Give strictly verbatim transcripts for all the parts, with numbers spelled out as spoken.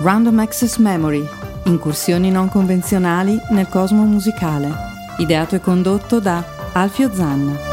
Random Access Memory, incursioni non convenzionali nel cosmo musicale, ideato e condotto da Alfio Zanna.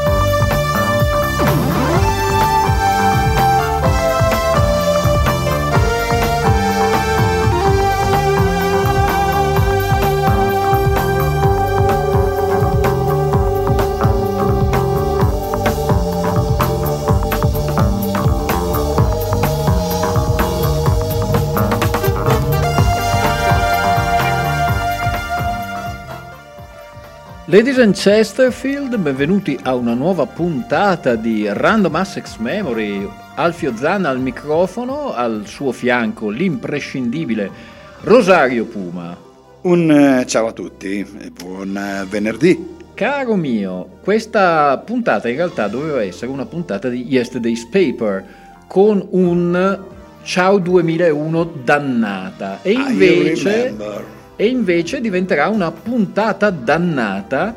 Ladies and Chesterfield, benvenuti a una nuova puntata di Random Access Memory. Alfio Zanna al microfono, al suo fianco l'imprescindibile Rosario Puma. Un eh, ciao a tutti e buon eh, venerdì. Caro mio, questa puntata in realtà doveva essere una puntata di Yesterday's Paper con un ciao duemilauno dannata e invece... E invece diventerà una puntata dannata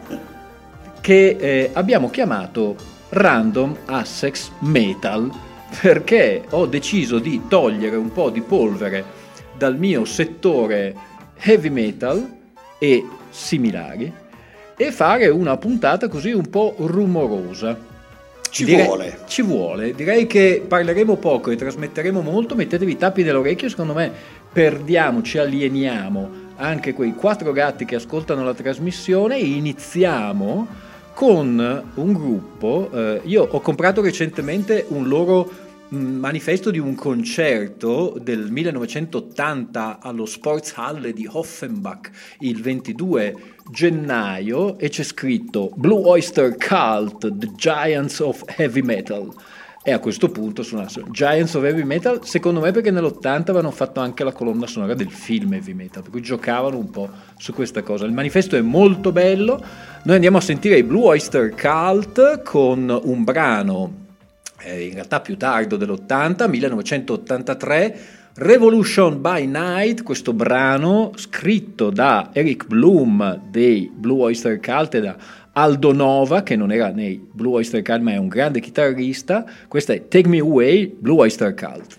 che eh, abbiamo chiamato Random Access Metal, perché ho deciso di togliere un po' di polvere dal mio settore heavy metal e similari e fare una puntata così un po' rumorosa. Ci Direi, vuole. Ci vuole. Direi che parleremo poco e trasmetteremo molto. Mettetevi i tappi dell'orecchio, secondo me perdiamoci, alieniamo anche quei quattro gatti che ascoltano la trasmissione e iniziamo con un gruppo. Eh, io ho comprato recentemente un loro mh, manifesto di un concerto del millenovecentottanta allo Sportshalle di Offenbach il ventidue gennaio e c'è scritto Blue Oyster Cult, The Giants of Heavy Metal. E a questo punto suona Giants of Heavy Metal, secondo me perché nell'ottanta avevano fatto anche la colonna sonora del film Heavy Metal, per cui giocavano un po' su questa cosa. Il manifesto è molto bello. Noi andiamo a sentire i Blue Oyster Cult con un brano eh, in realtà più tardo dell'ottanta, millenovecentottantatré, Revolution by Night, questo brano scritto da Eric Bloom dei Blue Oyster Cult e da Aldo Nova, che non era nei Blue Oyster Cult ma è un grande chitarrista. Questa è Take Me Away, Blue Oyster Cult.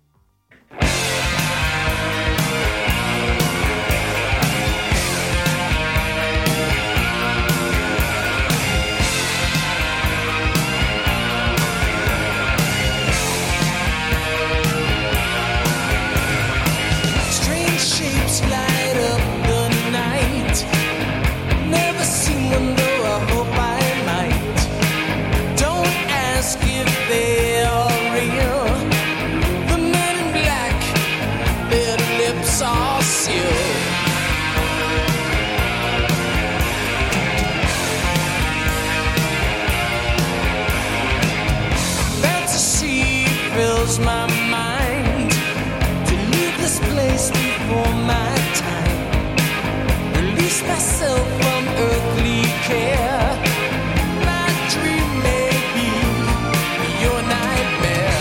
My mind to leave this place before my time, release myself from earthly care. My dream may be your nightmare.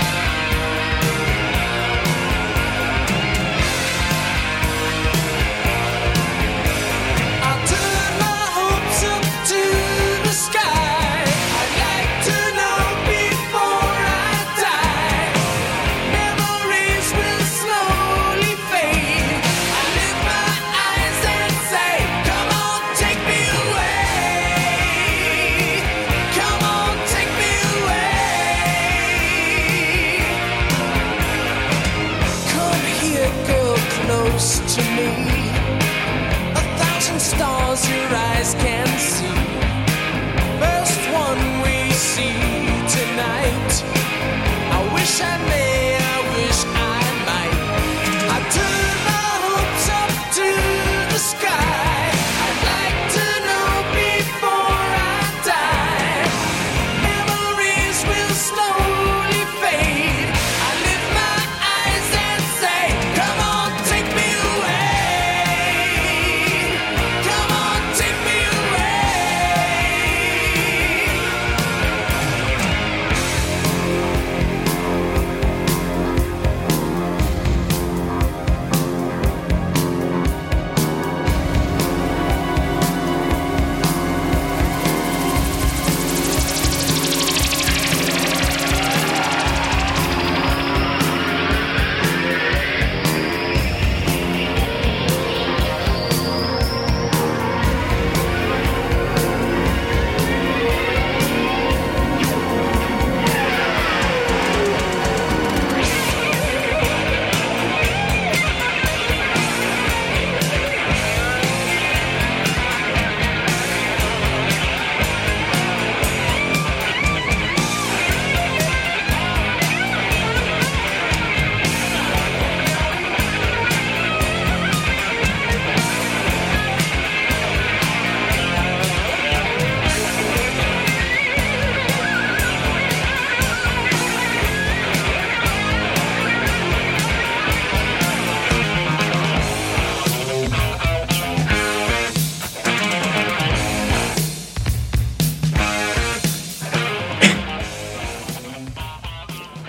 I'll turn my hopes up to the sky. I'd like to know before I die. Memories will slowly fade. I lift my eyes and say, come on, take me away. Come on, take me away. Come here, girl, close to me. A thousand stars your eyes can see. First one we see tonight. I wish I may, I wish I might. I turn my hopes up to the sky. I'd like to know before I die. Memories will slowly fade. I lift my eyes and say, come on, take me away. Come on, take me away.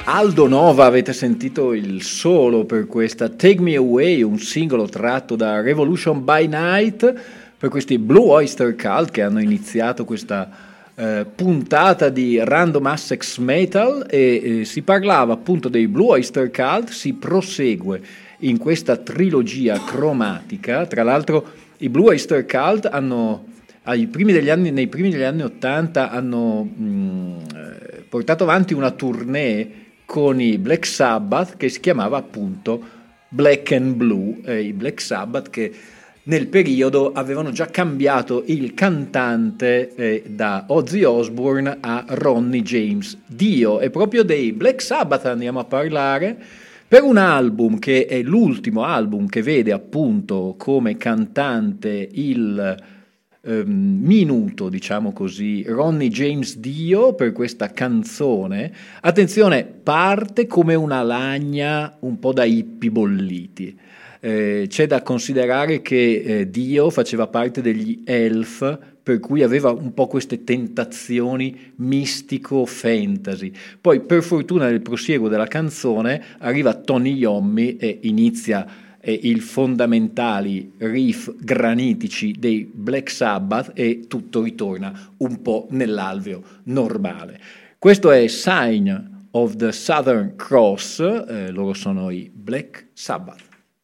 Aldo Nova, avete sentito il solo per questa Take Me Away, un singolo tratto da Revolution by Night, per questi Blue Oyster Cult che hanno iniziato questa eh, puntata di Random Access Metal e eh, si parlava appunto dei Blue Oyster Cult, si prosegue in questa trilogia cromatica. Tra l'altro i Blue Oyster Cult hanno ai primi degli anni, nei primi degli anni ottanta hanno mh, portato avanti una tournée con i Black Sabbath che si chiamava appunto Black and Blue, eh, i Black Sabbath che nel periodo avevano già cambiato il cantante eh, da Ozzy Osbourne a Ronnie James Dio, e proprio dei Black Sabbath andiamo a parlare per un album che è l'ultimo album che vede appunto come cantante il Um, minuto, diciamo così, Ronnie James Dio per questa canzone. Attenzione, parte come una lagna un po' da hippie bolliti. Eh, c'è da considerare che eh, Dio faceva parte degli Elf, per cui aveva un po' queste tentazioni mistico-fantasy. Poi, per fortuna, nel prosieguo della canzone arriva Tony Iommi e inizia i fondamentali riff granitici dei Black Sabbath e tutto ritorna un po' nell'alveo normale. Questo è Sign of the Southern Cross, eh, loro sono i Black Sabbath.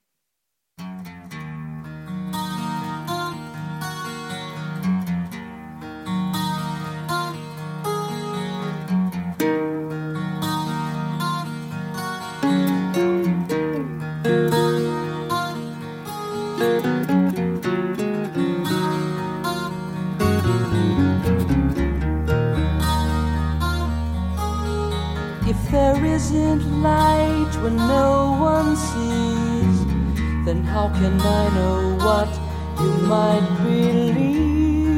There isn't light when no one sees, then how can I know what you might believe?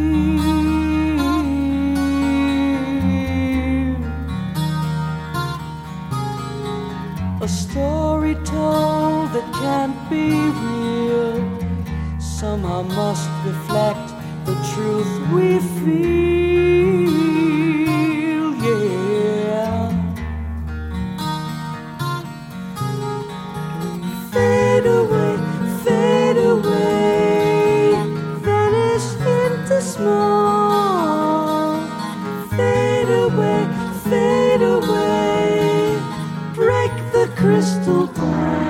A story told that can't be real somehow must reflect the truth we feel, yeah. Fade away, fade away, vanish into small. Fade away, fade away, break the crystal ball.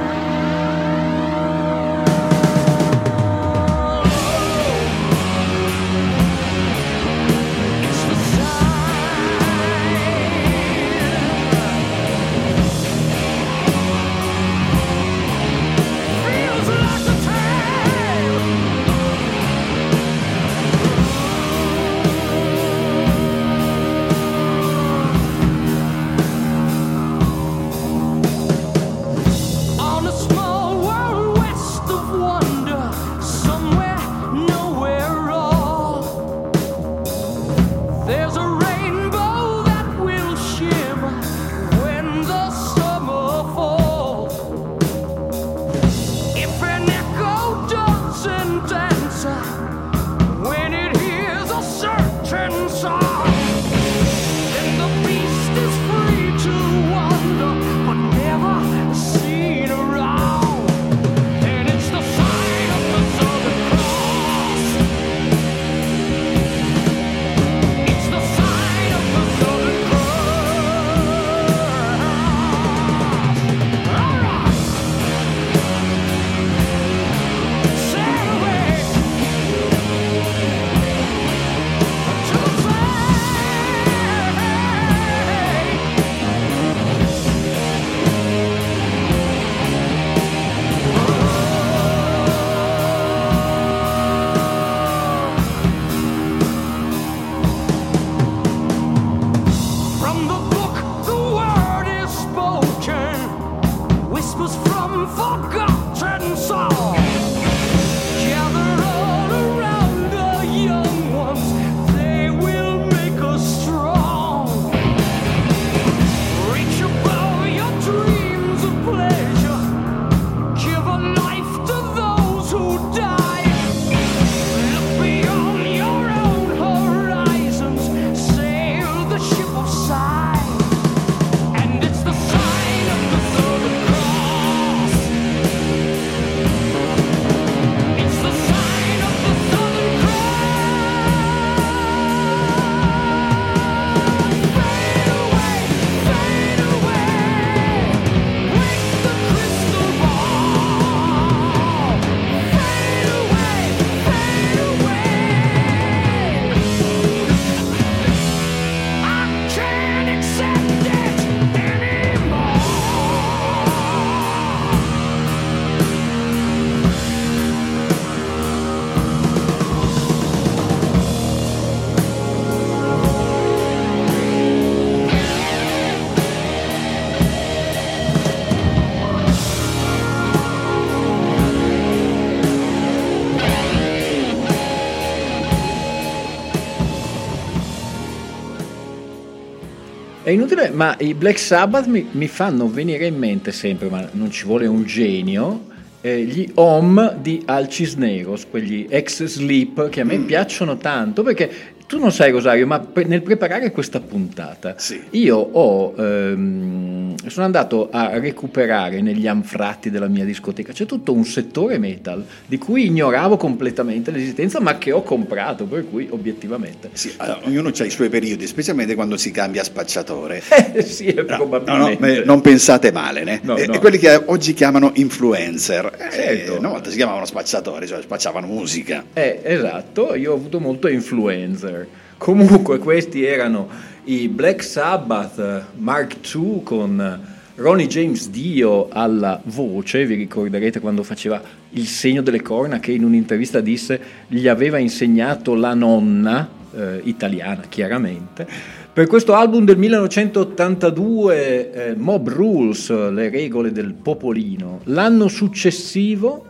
È inutile, ma i Black Sabbath mi, mi fanno venire in mente sempre, ma non ci vuole un genio, eh, gli Home di Al Cisneros, quegli ex-sleep che a me mm. piacciono tanto, perché tu non sai, Rosario, ma pre- nel preparare questa puntata sì. io ho ehm, sono andato a recuperare negli anfratti della mia discoteca, c'è tutto un settore metal di cui ignoravo completamente l'esistenza, ma che ho comprato, per cui obiettivamente sì, allora, ognuno ha i suoi periodi, specialmente quando si cambia spacciatore. Eh, sì, è no, no, probabilmente no, non pensate male, né? no, e, no. e quelli che oggi chiamano influencer, certo. eh, una volta si chiamavano spacciatori, cioè spacciavano musica. Eh, esatto, io ho avuto molto influencer. Comunque questi erano i Black Sabbath Mark due con Ronnie James Dio alla voce. Vi ricorderete quando faceva il segno delle corna, che in un'intervista disse gli aveva insegnato la nonna, eh, italiana chiaramente. Per questo album del millenovecentottantadue, eh, Mob Rules, le regole del popolino. L'anno successivo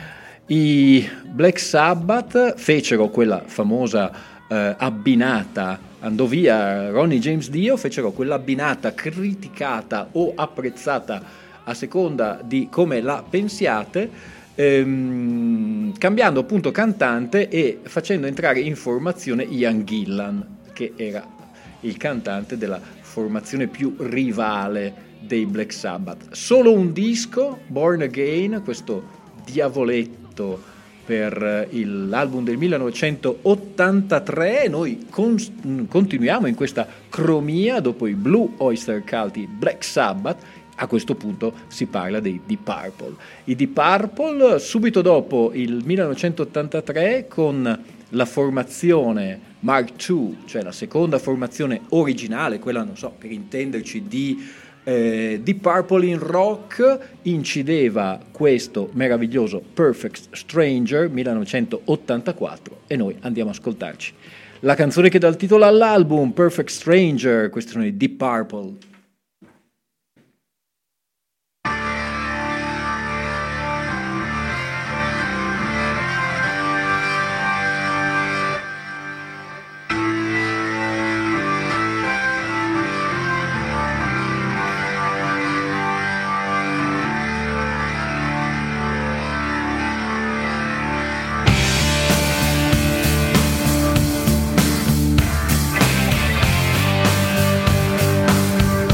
i Black Sabbath fecero quella famosa eh, abbinata, andò via Ronnie James Dio, fecero quell'abbinata criticata o apprezzata a seconda di come la pensiate, ehm, cambiando appunto cantante e facendo entrare in formazione Ian Gillan, che era il cantante della formazione più rivale dei Black Sabbath. Solo un disco, Born Again, questo diavoletto per il, l'album del millenovecentottantatré. Noi con, continuiamo in questa cromia dopo i Blue Oyster Cult, i Black Sabbath. A questo punto si parla dei Deep Purple. I Deep Purple subito dopo il millenovecentottantatré con la formazione Mark due, cioè la seconda formazione originale, quella non so, per intenderci di Eh, Deep Purple in rock, incideva questo meraviglioso Perfect Stranger millenovecentottantaquattro, e noi andiamo a ascoltarci la canzone che dà il titolo all'album, Perfect Stranger. Questi sono i Deep Purple. Thank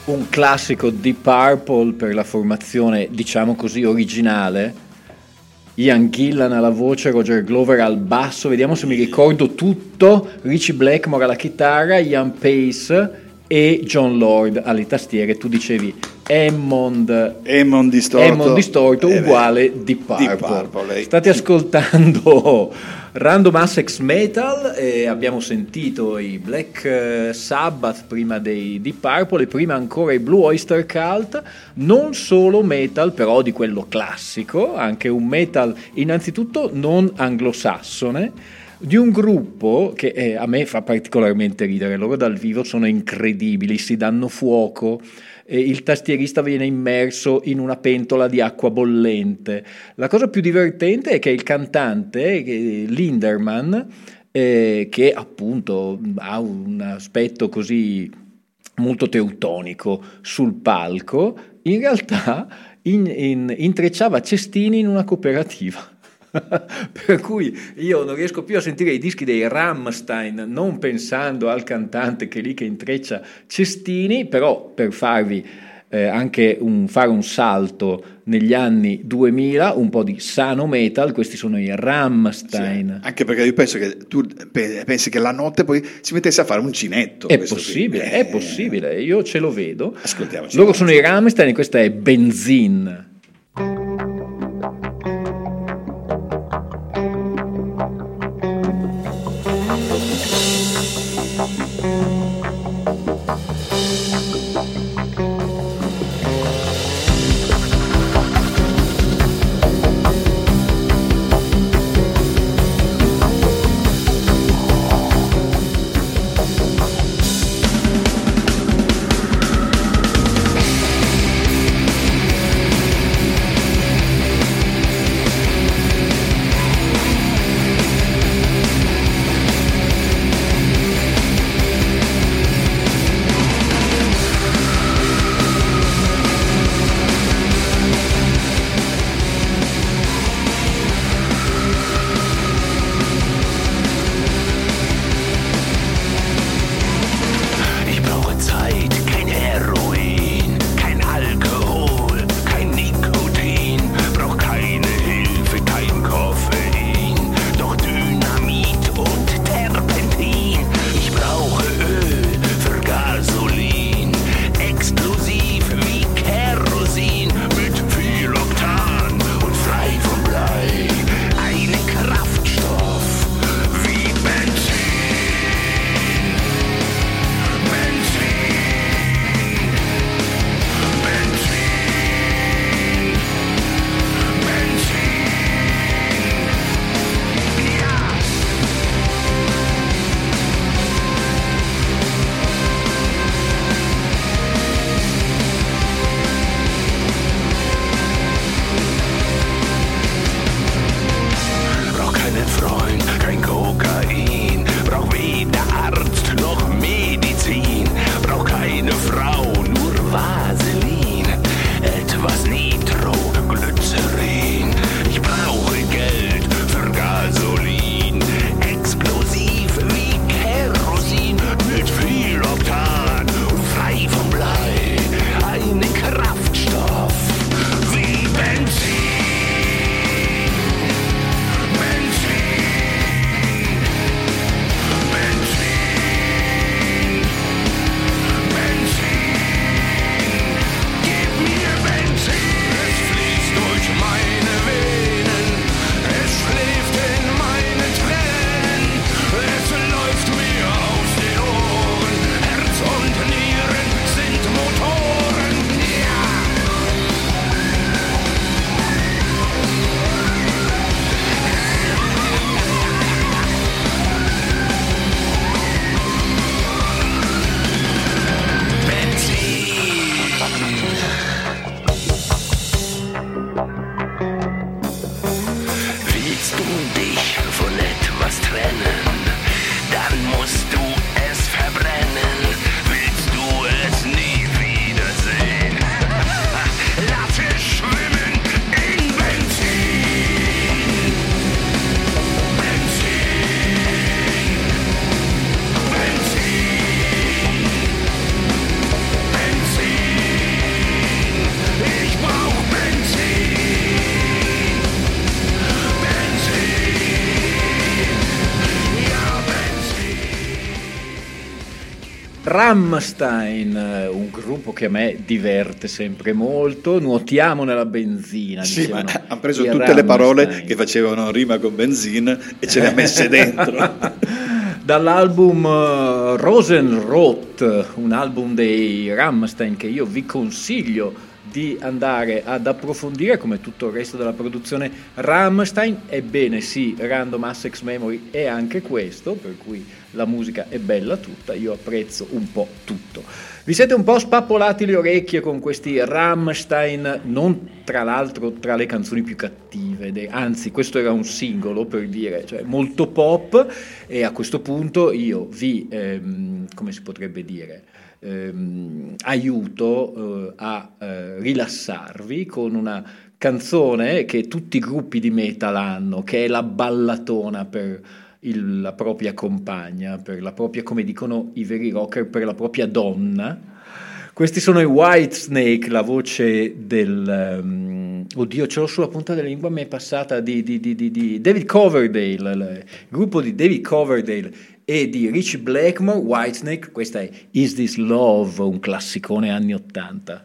un classico Deep Purple per la formazione, diciamo così, originale. Ian Gillan alla voce, Roger Glover al basso, vediamo se mi ricordo tutto, Richie Blackmore alla chitarra, Ian Pace e John Lord alle tastiere. Tu dicevi Hammond, Hammond distorto, Hammond distorto eh, uguale Deep Purple. Deep Purple. State ascoltando Random Access Metal e abbiamo sentito i Black Sabbath prima dei Deep Purple e prima ancora i Blue Oyster Cult. Non solo metal, però di quello classico, anche un metal innanzitutto non anglosassone, di un gruppo che eh, a me fa particolarmente ridere. Loro dal vivo sono incredibili, si danno fuoco, eh, il tastierista viene immerso in una pentola di acqua bollente. La cosa più divertente è che il cantante, eh, Linderman, eh, che appunto ha un aspetto così molto teutonico sul palco, in realtà in, in, intrecciava cestini in una cooperativa. Per cui io non riesco più a sentire i dischi dei Rammstein non pensando al cantante che è lì che intreccia cestini, però per farvi eh, anche un, fare un salto negli anni duemila, un po' di sano metal, questi sono i Rammstein. Sì, anche perché io penso che tu pensi che la notte poi si mettesse a fare un cinetto. È possibile, qui. è possibile, io ce lo vedo. Ascoltiamoci. Loro sono i Rammstein e questa è Benzin. Rammstein, un gruppo che a me diverte sempre molto. Nuotiamo nella benzina. Sì, ma dicevano hanno preso i tutte Rammstein. le parole che facevano rima con benzina e ce le ha messe dentro. Dall'album uh, Rosenrot, un album dei Rammstein che io vi consiglio di andare ad approfondire, come tutto il resto della produzione Rammstein. Ebbene sì, Random Access Memory è anche questo, per cui la musica è bella tutta, io apprezzo un po' tutto. Vi siete un po' spappolati le orecchie con questi Rammstein, non tra l'altro tra le canzoni più cattive, de- anzi questo era un singolo, per dire, cioè molto pop, e a questo punto io vi, ehm, come si potrebbe dire, ehm, aiuto eh, a eh, rilassarvi con una canzone che tutti i gruppi di metal hanno, che è la ballatona per il, la propria compagna, per la propria, come dicono i veri rocker, per la propria donna. Questi sono i Whitesnake, la voce del um, oddio, ce l'ho sulla punta della lingua, mi è passata di, di, di, di, di David Coverdale, il gruppo di David Coverdale e di Richie Blackmore. Whitesnake, questa è Is This Love, un classicone anni ottanta.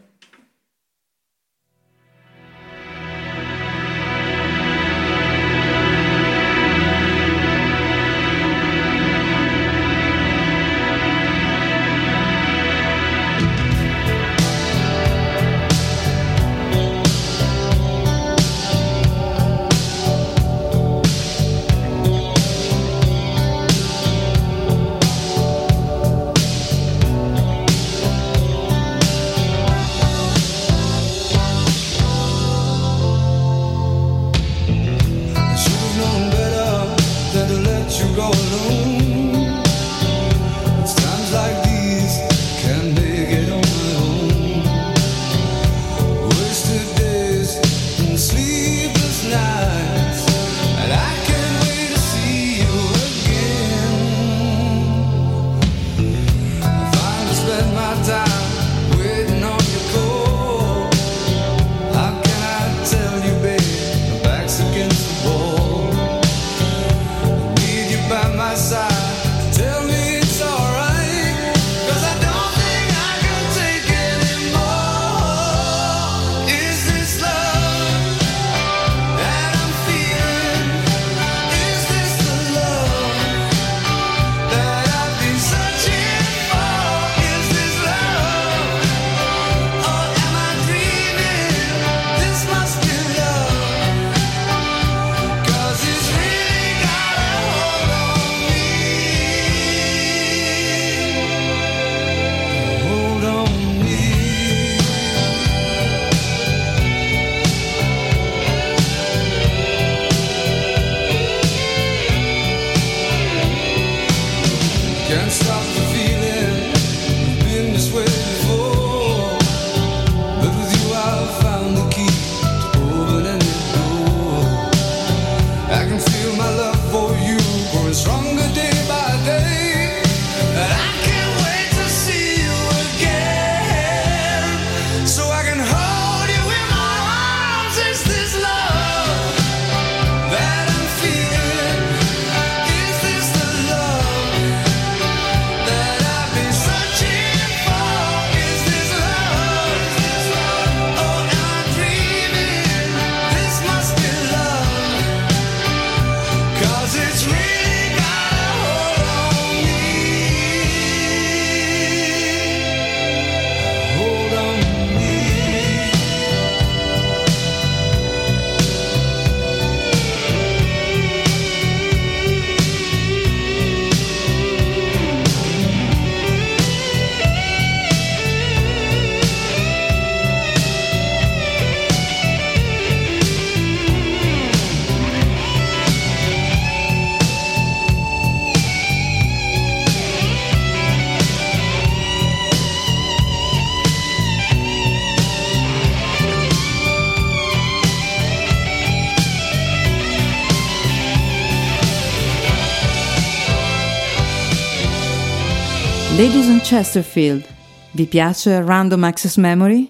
Ladies on Chesterfield, vi piace Random Access Memory?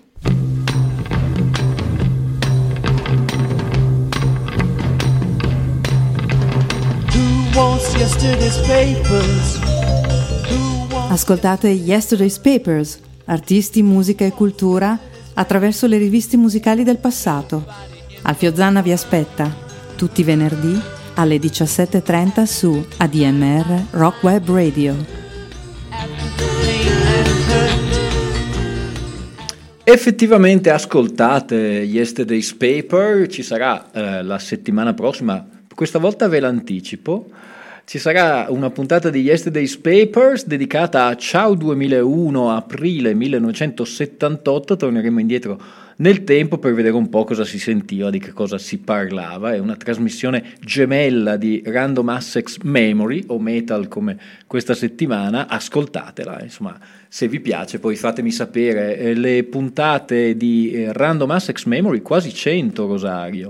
Ascoltate Yesterday's Papers, artisti, musica e cultura attraverso le riviste musicali del passato. Alfio Zanna vi aspetta tutti i venerdì alle diciassette e trenta su A D M R Rock Web Radio. Effettivamente ascoltate Yesterday's Paper, ci sarà eh, la settimana prossima, questa volta ve l'anticipo, ci sarà una puntata di Yesterday's Papers dedicata a Ciao duemilauno, aprile millenovecentosettantotto, torneremo indietro nel tempo per vedere un po' cosa si sentiva, di che cosa si parlava. È una trasmissione gemella di Random Access Memory, o Metal come questa settimana, ascoltatela, insomma, se vi piace poi fatemi sapere. Eh, le puntate di eh, Random Access Memory, quasi cento, Rosario,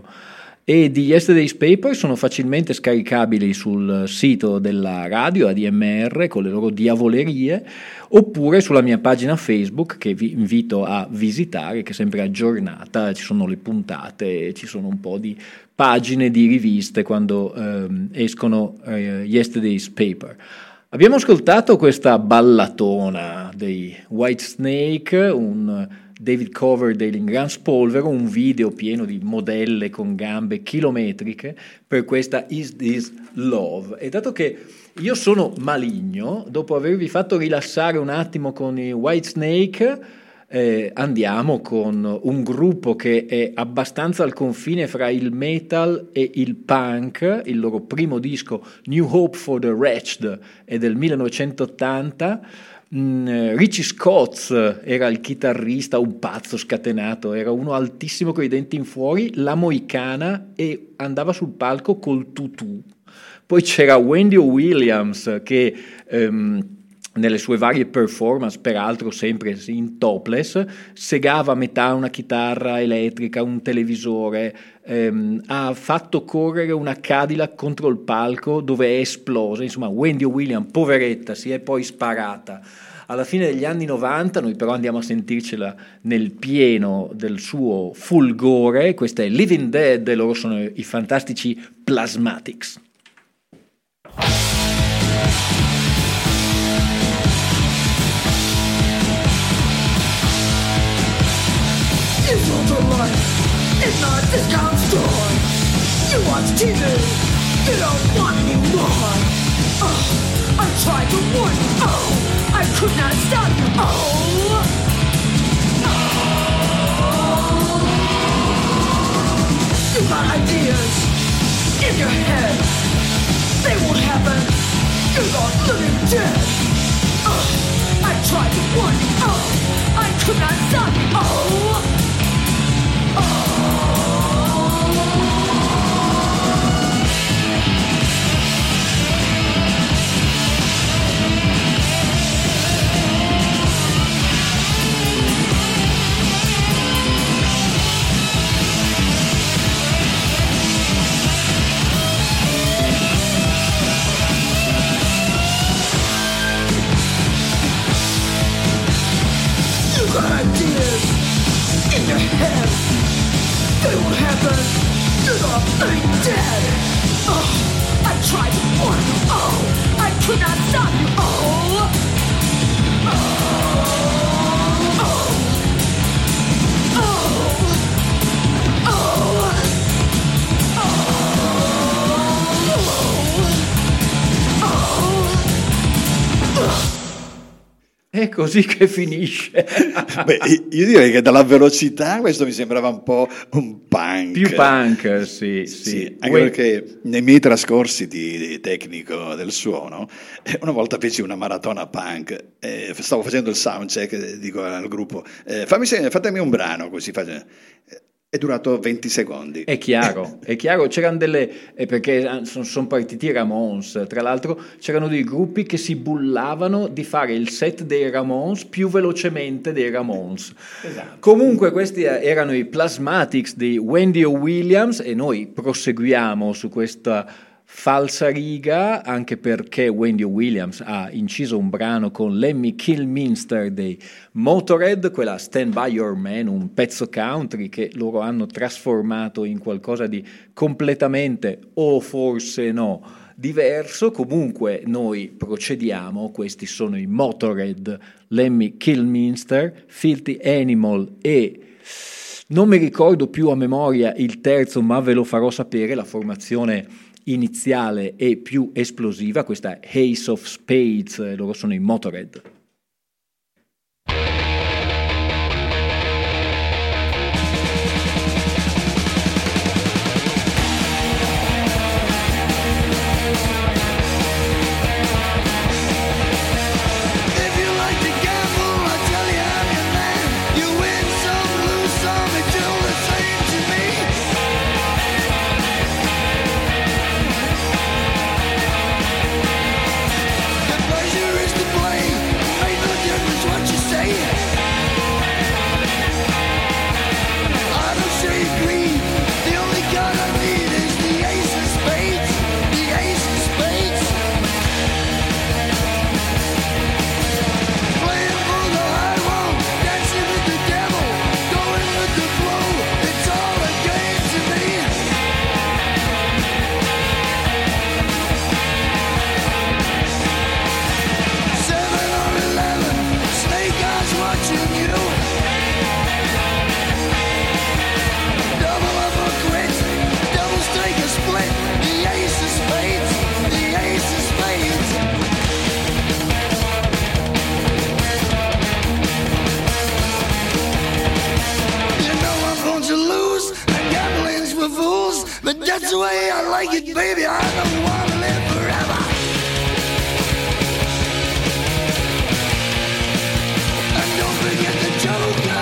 e di Yesterday's Paper sono facilmente scaricabili sul sito della radio A D M R con le loro diavolerie, oppure sulla mia pagina Facebook che vi invito a visitare, che è sempre aggiornata, ci sono le puntate, ci sono un po' di pagine di riviste quando ehm, escono eh, Yesterday's Paper. Abbiamo ascoltato questa ballatona dei Whitesnake, un David Coverdale in gran spolvero, un video pieno di modelle con gambe chilometriche per questa Is This Love. E dato che io sono maligno, dopo avervi fatto rilassare un attimo con i Whitesnake, eh, andiamo con un gruppo che è abbastanza al confine fra il metal e il punk. Il loro primo disco, New Hope for the Wretched, è del millenovecentottanta. Mm, Richie Scott's era il chitarrista, un pazzo scatenato, era uno altissimo con i denti in fuori, la moicana, e andava sul palco col tutù. Poi c'era Wendy Williams che ehm, nelle sue varie performance, peraltro sempre in topless, segava a metà una chitarra elettrica, un televisore, ehm, ha fatto correre una Cadillac contro il palco dove è esplosa. Insomma, Wendy Williams, poveretta, si è poi sparata. Alla fine degli anni novanta, noi però andiamo a sentircela nel pieno del suo fulgore. Questa è Living Dead e loro sono i fantastici Plasmatics. You sold your life in a discount store. You watch T V, you don't want any more. Oh, I tried to warn you, oh, I could not stop you, oh. Oh. You got ideas in your head, they won't happen, you're not living dead. Oh, I tried to warn you, oh, I could not stop you, oh. You got ideas in your head, they won't happen, you're not living dead. Oh, I tried to warn you, oh, I could not stop you, oh. Oh, oh, oh, oh, oh, oh. È così che finisce. Beh, io direi che dalla velocità questo mi sembrava un po' un punk. Più punk, sì, sì. sì anche Uè... perché nei miei trascorsi di, di tecnico del suono, una volta feci una maratona punk, eh, stavo facendo il soundcheck, dico al gruppo, eh, fammi, fatemi un brano, così faccio. È durato venti secondi. È chiaro, è chiaro, c'erano delle, eh, perché sono son partiti i Ramones, tra l'altro c'erano dei gruppi che si bullavano di fare il set dei Ramones più velocemente dei Ramones. Esatto. Comunque questi erano i Plasmatics di Wendy Williams e noi proseguiamo su questa falsa riga, anche perché Wendy Williams ha inciso un brano con Lemmy Kilminster dei Motorhead, quella Stand By Your Man, un pezzo country che loro hanno trasformato in qualcosa di completamente, o forse no, diverso. Comunque noi procediamo, questi sono i Motorhead, Lemmy Kilmister, Filthy Animal e non mi ricordo più a memoria il terzo, ma ve lo farò sapere, la formazione iniziale e più esplosiva, questa Ace of Spades, loro sono i Motorhead. But that's the way I like it, baby. I don't want to live forever. And don't forget the Joker.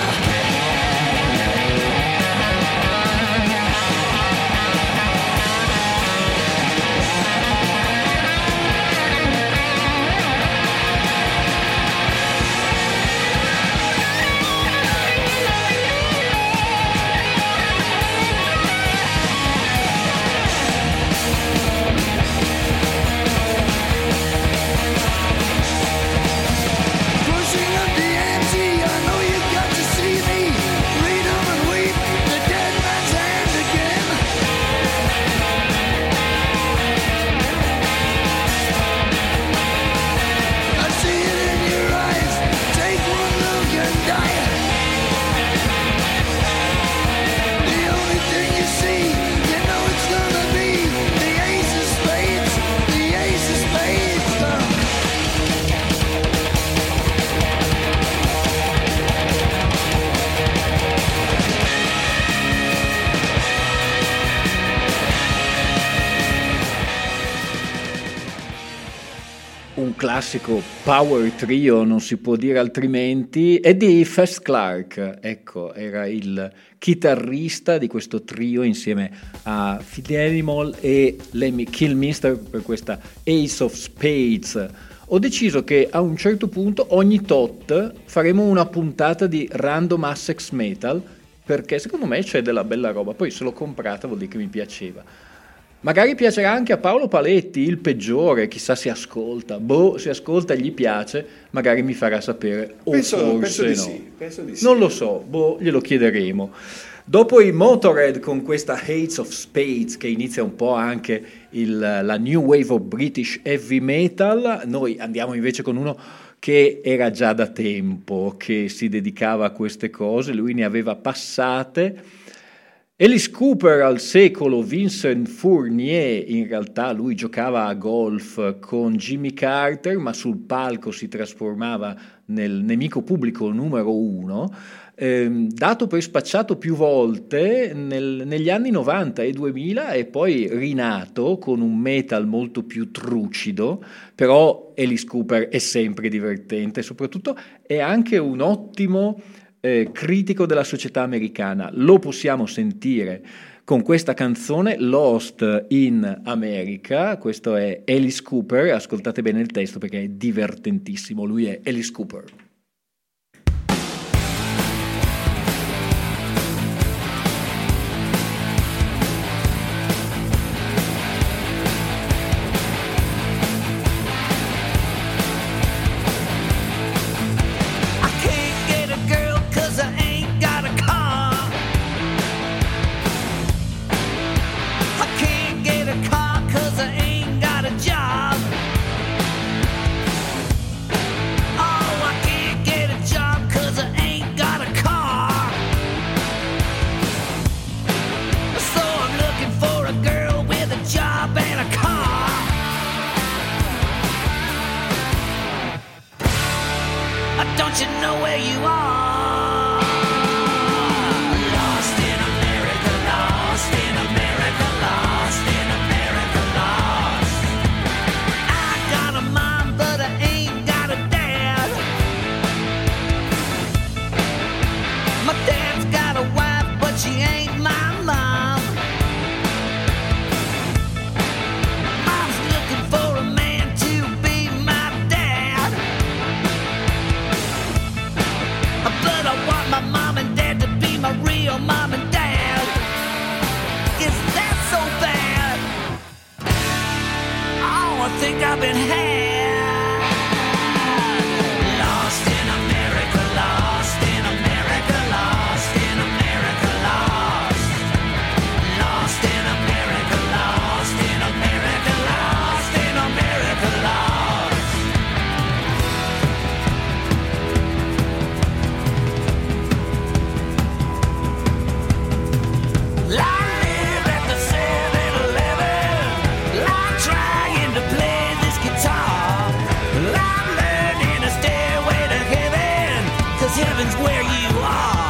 Classico power trio, non si può dire altrimenti, è di Fess Clarke, ecco, era il chitarrista di questo trio insieme a Filthy Animal e Lemmy Kilmister per questa Ace of Spades. Ho deciso che a un certo punto ogni tot faremo una puntata di Random Assex Metal, perché secondo me c'è della bella roba, poi se l'ho comprata vuol dire che mi piaceva. Magari piacerà anche a Paolo Paletti, il peggiore, chissà se ascolta, boh, se ascolta gli piace, magari mi farà sapere, o penso, forse penso di no. Sì, penso di sì. Non lo so, boh, glielo chiederemo. Dopo i Motorhead con questa Ace of Spades, che inizia un po' anche il, la New Wave of British Heavy Metal, noi andiamo invece con uno che era già da tempo, che si dedicava a queste cose, lui ne aveva passate. Alice Cooper al secolo, Vincent Fournier, in realtà lui giocava a golf con Jimmy Carter, ma sul palco si trasformava nel nemico pubblico numero uno, ehm, dato per spacciato più volte nel, negli anni novanta e duemila e poi rinato con un metal molto più trucido, però Alice Cooper è sempre divertente, soprattutto è anche un ottimo Eh, critico della società americana. Lo possiamo sentire con questa canzone Lost in America. Questo è Alice Cooper, ascoltate bene il testo perché è divertentissimo, lui è Alice Cooper. Got a but I want my mom and dad to be my real mom and dad. Is that so bad? Oh, I think I've been had. Lost in America, lost in America, lost in America, lost. Lost in America, lost in America, lost in America, lost. I live at the seven eleven. I'm trying to play this guitar. I'm learning a stairway to heaven, 'cause heaven's where you are.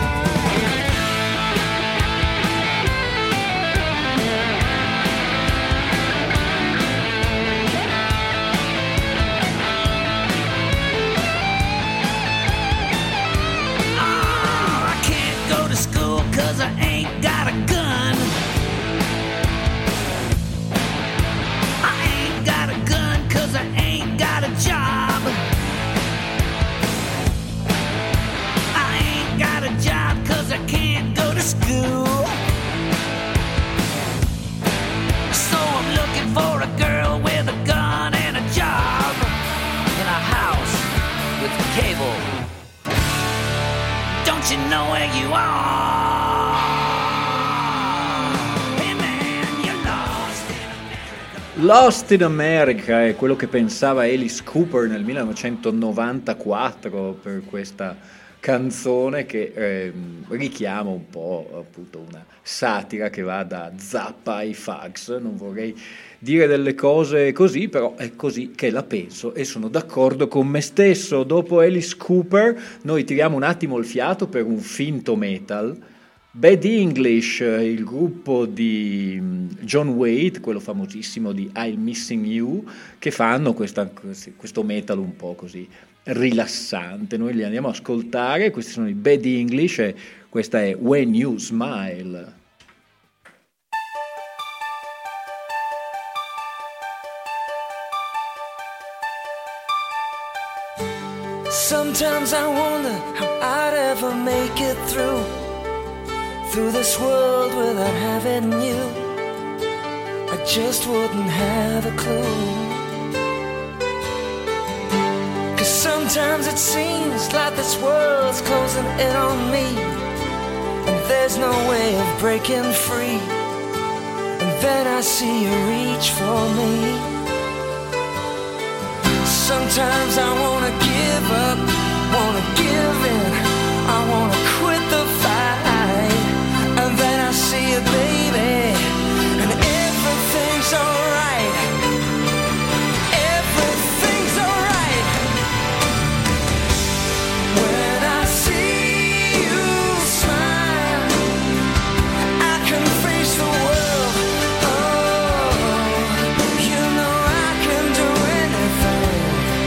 Oh, I can't go to school 'cause I ain't got a gun. I ain't got a gun 'cause I ain't got a job. I ain't got a job 'cause I can't go to school. So I'm looking for a girl with a gun and a job in a house with cable. Don't you know where you are? Hey man, you're lost in America. Lost in America è quello che pensava Alice Cooper nel millenovecentonovantaquattro per questa canzone che ehm, richiama un po' appunto una satira che va da Zappa ai Fags. Non vorrei dire delle cose così, però è così che la penso e sono d'accordo con me stesso. Dopo Alice Cooper noi tiriamo un attimo il fiato per un finto metal. Bad English, il gruppo di John Waite, quello famosissimo di I'm Missing You, che fanno questa, questo metal un po' così rilassante. Noi li andiamo a ascoltare, questi sono i Bad English e questa è When You Smile. Sometimes I wonder how I'd ever make it through Through this world without having you. I just wouldn't have a clue. 'Cause sometimes it seems like this world's closing in on me, and there's no way of breaking free. And then I see you reach for me. Sometimes I wanna give up, wanna give in, I wanna quit the fight. And then I see you, baby, and everything's alright. Everything's alright. When I see you smile, I can face the world. Oh, you know I can do anything.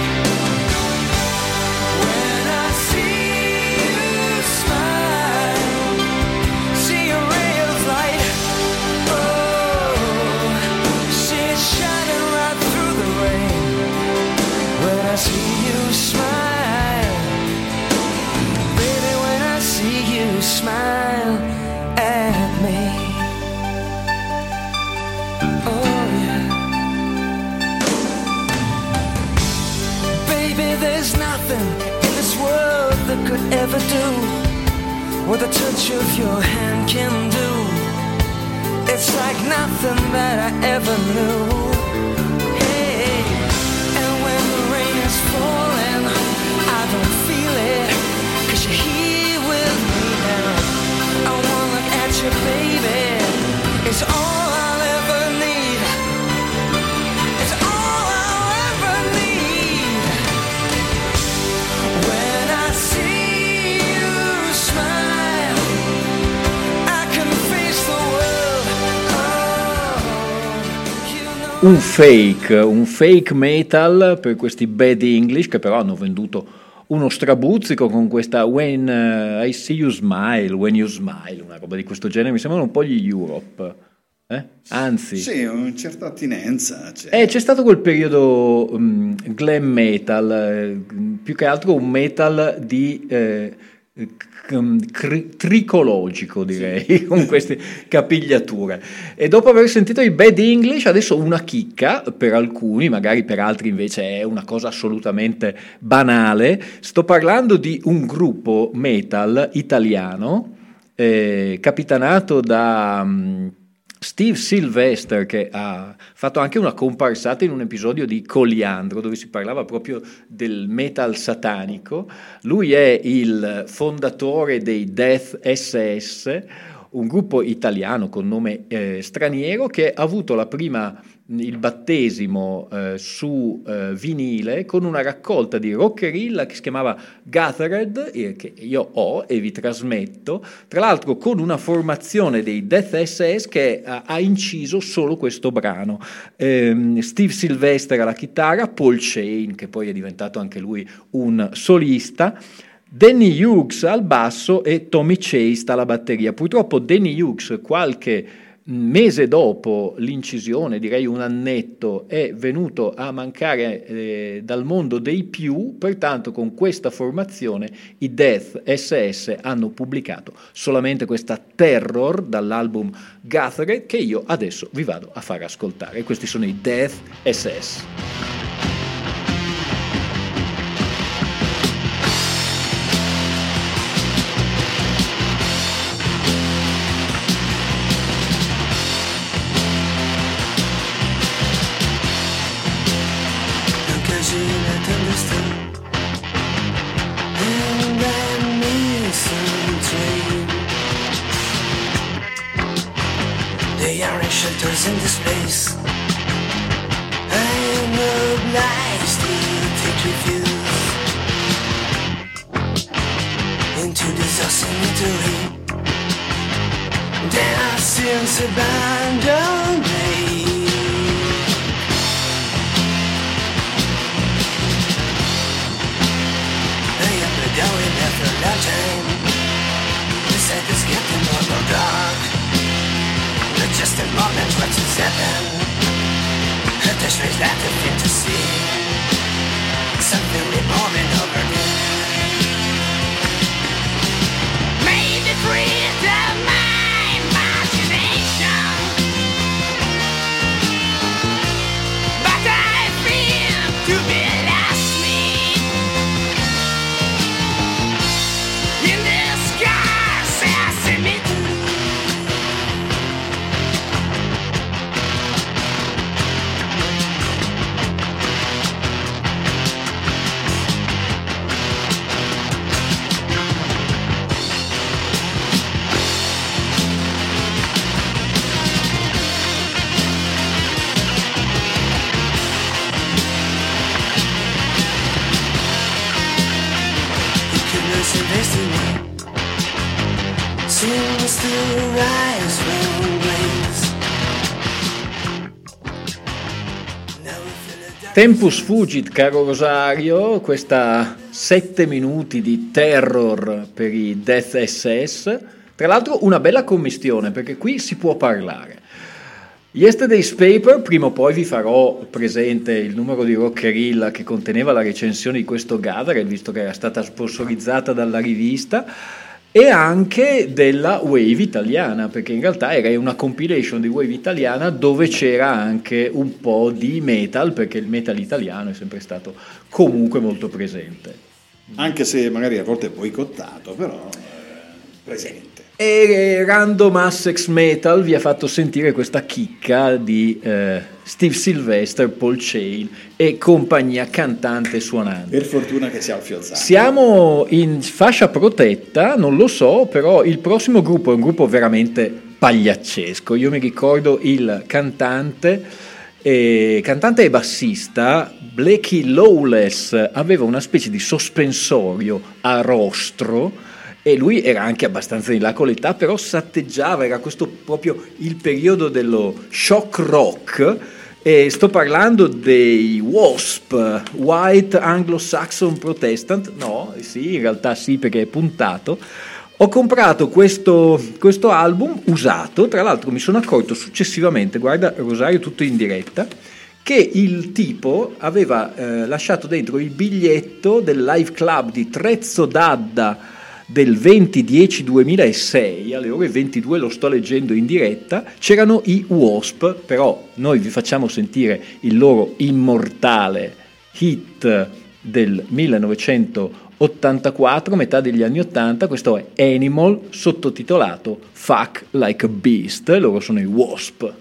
When I see you smile, see a ray of light. Oh, see it shining right through the rain. When I see you smile, baby, when I see you smile at me. Oh yeah. Baby, there's nothing in this world that could ever do what the touch of your hand can do. It's like nothing that I ever knew. Hey, and when the rain is falling, I don't feel it, 'cause you're here with me now. I wanna look at you, baby. It's all I'll ever need. It's all I'll ever need. When I see you smile, I can face the world. Oh, you know. Un fake, un fake metal per questi Bad English, che però hanno venduto uno strabuzzico con questa When uh, I See You Smile, When You Smile, una roba di questo genere. Mi sembrano un po' gli Europe. Eh? Anzi, sì, una certa attinenza. Cioè. Eh, c'è stato quel periodo um, glam metal, eh, più che altro un metal di eh, cri- tricologico, direi, sì. Con queste capigliature. E dopo aver sentito i Bad English, adesso una chicca per alcuni, magari per altri invece è una cosa assolutamente banale. Sto parlando di un gruppo metal italiano eh, capitanato da um, Steve Sylvester, che ha fatto anche una comparsata in un episodio di Coliandro dove si parlava proprio del metal satanico. Lui è il fondatore dei Death S S, un gruppo italiano con nome eh, straniero che ha avuto la prima, il battesimo eh, su eh, vinile con una raccolta di rockerilla che si chiamava Gathered, eh, che io ho e vi trasmetto, tra l'altro con una formazione dei Death S S che ha, ha inciso solo questo brano. Eh, Steve Sylvester alla chitarra, Paul Chain, che poi è diventato anche lui un solista, Danny Hughes al basso e Tommy Chase alla batteria. Purtroppo Danny Hughes qualche mese dopo l'incisione, direi un annetto, è venuto a mancare eh, dal mondo dei più, pertanto con questa formazione i Death S S hanno pubblicato solamente questa Terror dall'album Gathered che io adesso vi vado a far ascoltare. Questi sono i Death S S. Shelters in this place, I'm obliged to take refuse into this cemetery. There since abandoned me. I am going after a long time. The sight is getting more and more dark. Just a moment, what has happened? The strange land of fantasy, something revolving over me. Made the freeze of my imagination, but I feel to be lost me in this scarce cemetery. Tempus fugit, caro Rosario, questa sette minuti di terror per i Death S S, tra l'altro una bella commistione perché qui si può parlare. Yesterday's Paper, prima o poi vi farò presente il numero di Rockerilla che conteneva la recensione di questo Gathered, visto che era stata sponsorizzata dalla rivista, e anche della Wave italiana, perché in realtà era una compilation di Wave italiana dove c'era anche un po' di metal, perché il metal italiano è sempre stato comunque molto presente. Anche se magari a volte è boicottato, però eh, presente. E Random Assex Metal vi ha fatto sentire questa chicca di eh, Steve Sylvester, Paul Chain e compagnia cantante e suonante. Per fortuna che sia Alfio Zanna. Siamo in fascia protetta, non lo so, però il prossimo gruppo è un gruppo veramente pagliaccesco. Io mi ricordo il cantante, eh, cantante e bassista Blackie Lawless, aveva una specie di sospensorio a rostro. E lui era anche abbastanza in là con l'età, però satteggiava, era questo proprio il periodo dello shock rock, e sto parlando dei Wasp, White Anglo-Saxon Protestant, no, sì, in realtà sì perché è puntato, Ho comprato questo, questo album usato, tra l'altro mi sono accorto successivamente, guarda Rosario, tutto in diretta, che il tipo aveva eh, lasciato dentro il biglietto del live club di Trezzo d'Adda del venti dieci duemilasei, alle ore ventidue, lo sto leggendo in diretta, c'erano i Wasp, però noi vi facciamo sentire il loro immortale hit del millenovecentottantaquattro, metà degli anni ottanta. Questo è Animal, sottotitolato Fuck Like a Beast, loro sono i Wasp.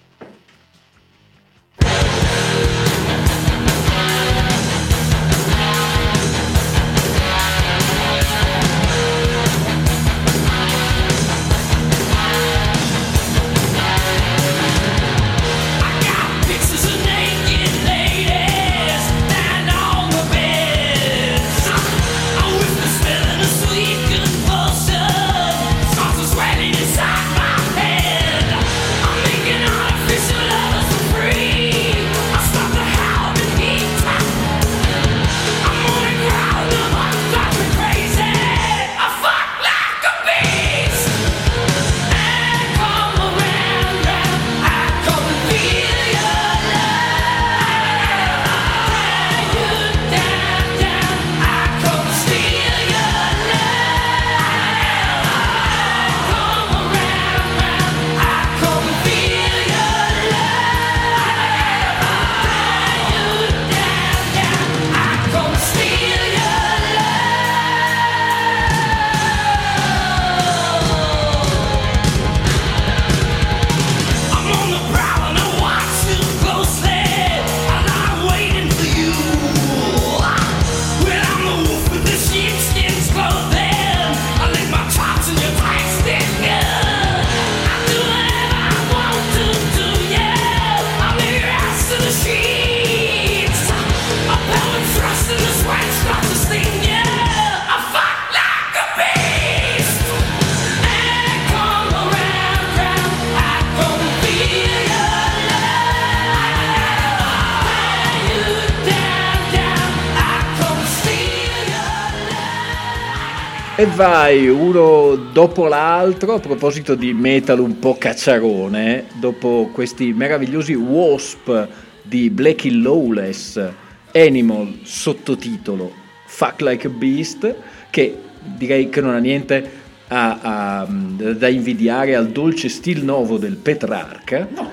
E vai uno dopo l'altro. A proposito di metal un po' cacciarone, dopo questi meravigliosi Wasp di Blackie Lawless, Animal, sottotitolo Fuck Like a Beast, che direi che non ha niente a, a, da invidiare al dolce stil nuovo del Petrarca. No.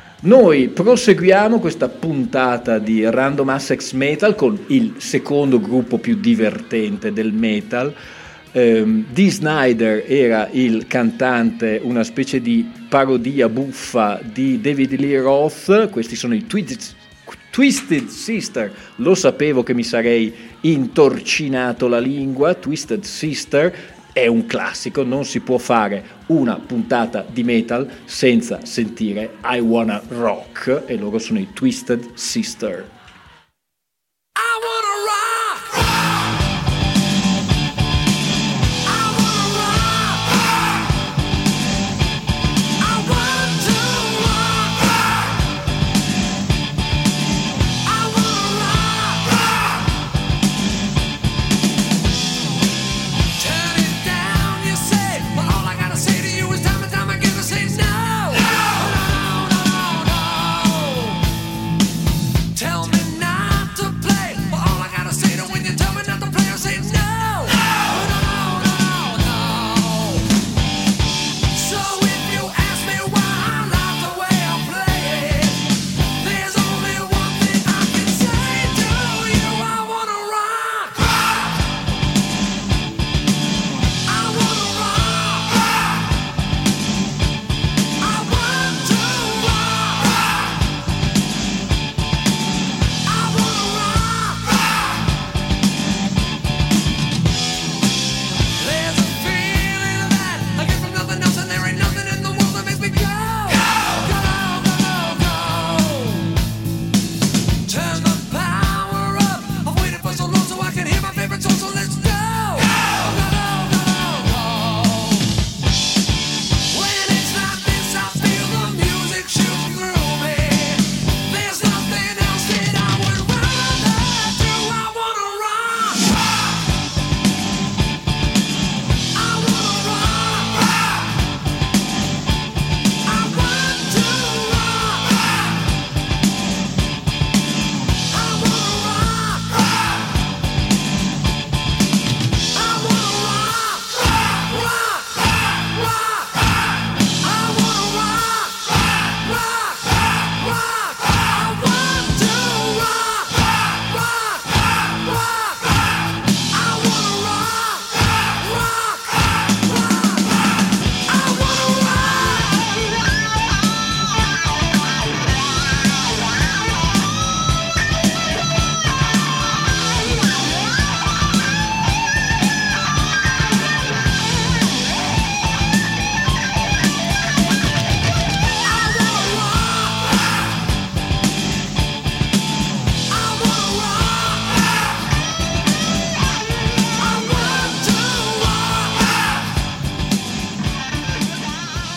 Noi proseguiamo questa puntata di Random Access Metal con il secondo gruppo più divertente del metal. Um, Dee Snider era il cantante, una specie di parodia buffa di David Lee Roth. Questi sono i Twisted, Twisted Sister. Lo sapevo che mi sarei intorcinato la lingua. Twisted Sister è un classico, non si può fare una puntata di metal senza sentire I Wanna Rock, e loro sono i Twisted Sister. I wanna rock, rock. Tell me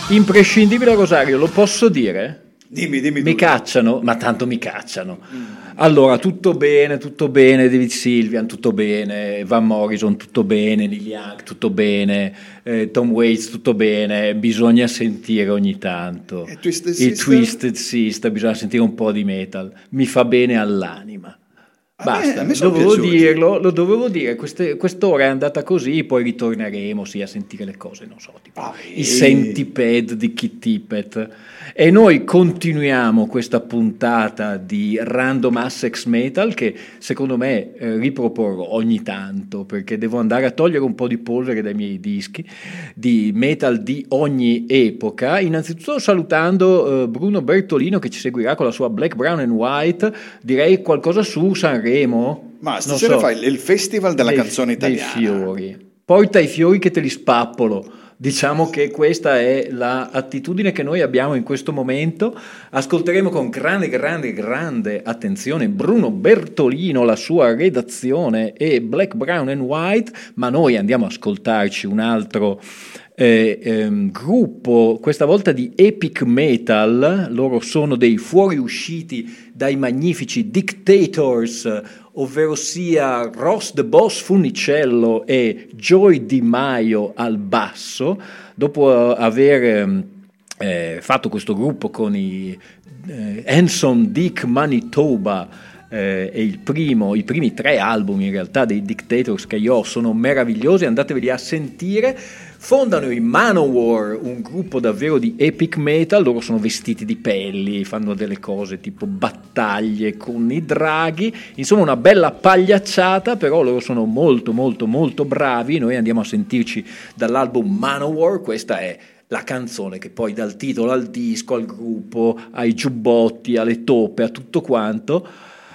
Imprescindibile, Rosario, lo posso dire? Dimmi, dimmi. Mi tu. cacciano, ma tanto mi cacciano. Allora, tutto bene, tutto bene, David Sylvian, tutto bene, Van Morrison, tutto bene, Neil Young, tutto bene, eh, Tom Waits, tutto bene, bisogna sentire ogni tanto. E Twisted I Sister? Twisted Sister, bisogna sentire un po' di metal, mi fa bene all'anima. A me- Basta, a me sono dovevo piaciuti. dirlo, lo dovevo dire, Queste- quest'ora è andata così, poi ritorneremo sì, a sentire le cose, non so, tipo Ah, i sì. Centipede di Keith Tippett. E noi continuiamo questa puntata di Random Assex Metal che secondo me eh, riproporrò ogni tanto, perché devo andare a togliere un po' di polvere dai miei dischi di metal di ogni epoca. Innanzitutto salutando eh, Bruno Bertolino che ci seguirà con la sua Black, Brown and White, direi qualcosa su Sanremo. Ma Non stasera so. fai il festival della Dei- canzone italiana. Dei fiori. Porta i fiori che te li spappolo. Diciamo che questa è l'attitudine che noi abbiamo in questo momento. Ascolteremo con grande, grande, grande attenzione Bruno Bertolino, la sua redazione e Black, Brown and White, ma noi andiamo a ascoltarci un altro eh, ehm, gruppo, questa volta di epic metal. Loro sono dei fuoriusciti dai magnifici Dictators, ovvero sia Ross the Boss Funicello e Joy Di Maio al basso, dopo aver eh, fatto questo gruppo con i eh, Handsome Dick Manitoba eh, e il primo, i primi tre album in realtà dei Dictators che io ho sono meravigliosi, andateveli a sentire. Fondano i Manowar, un gruppo davvero di epic metal. Loro sono vestiti di pelli, fanno delle cose tipo battaglie con i draghi, insomma una bella pagliacciata, però loro sono molto molto molto bravi. Noi andiamo a sentirci dall'album Manowar, questa è la canzone che poi dà il titolo al disco, al gruppo, ai giubbotti, alle toppe, a tutto quanto.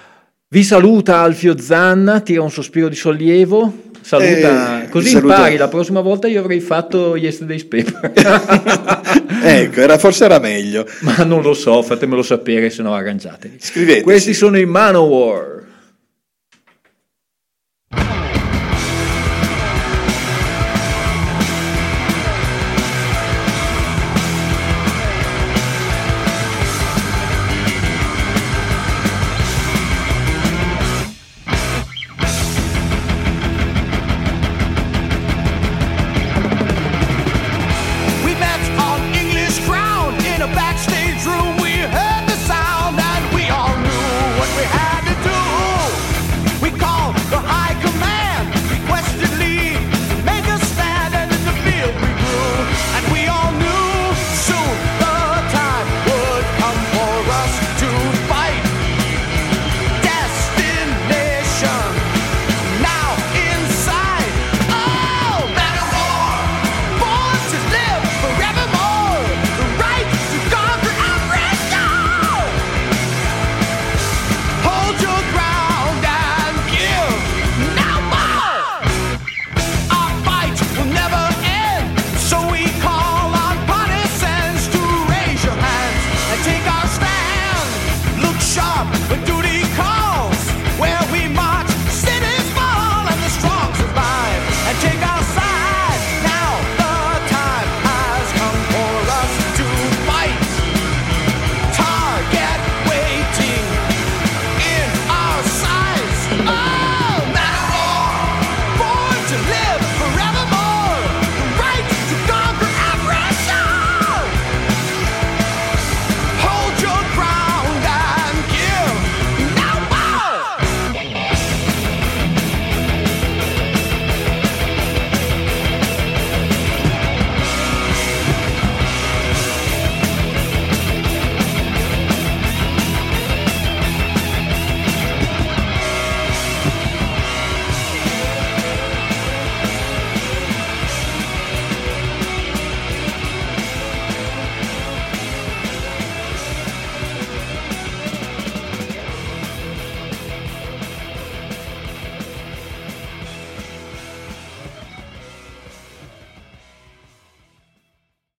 Vi saluta Alfio Zanna, tira un sospiro di sollievo. Saluta, Eh, così saluta. impari. La prossima volta io avrei fatto Yesterday's Paper. Ecco, era, forse era meglio. Ma non lo so, fatemelo sapere, se no arrangiatevi. Scriveteci. Questi sono i Manowar.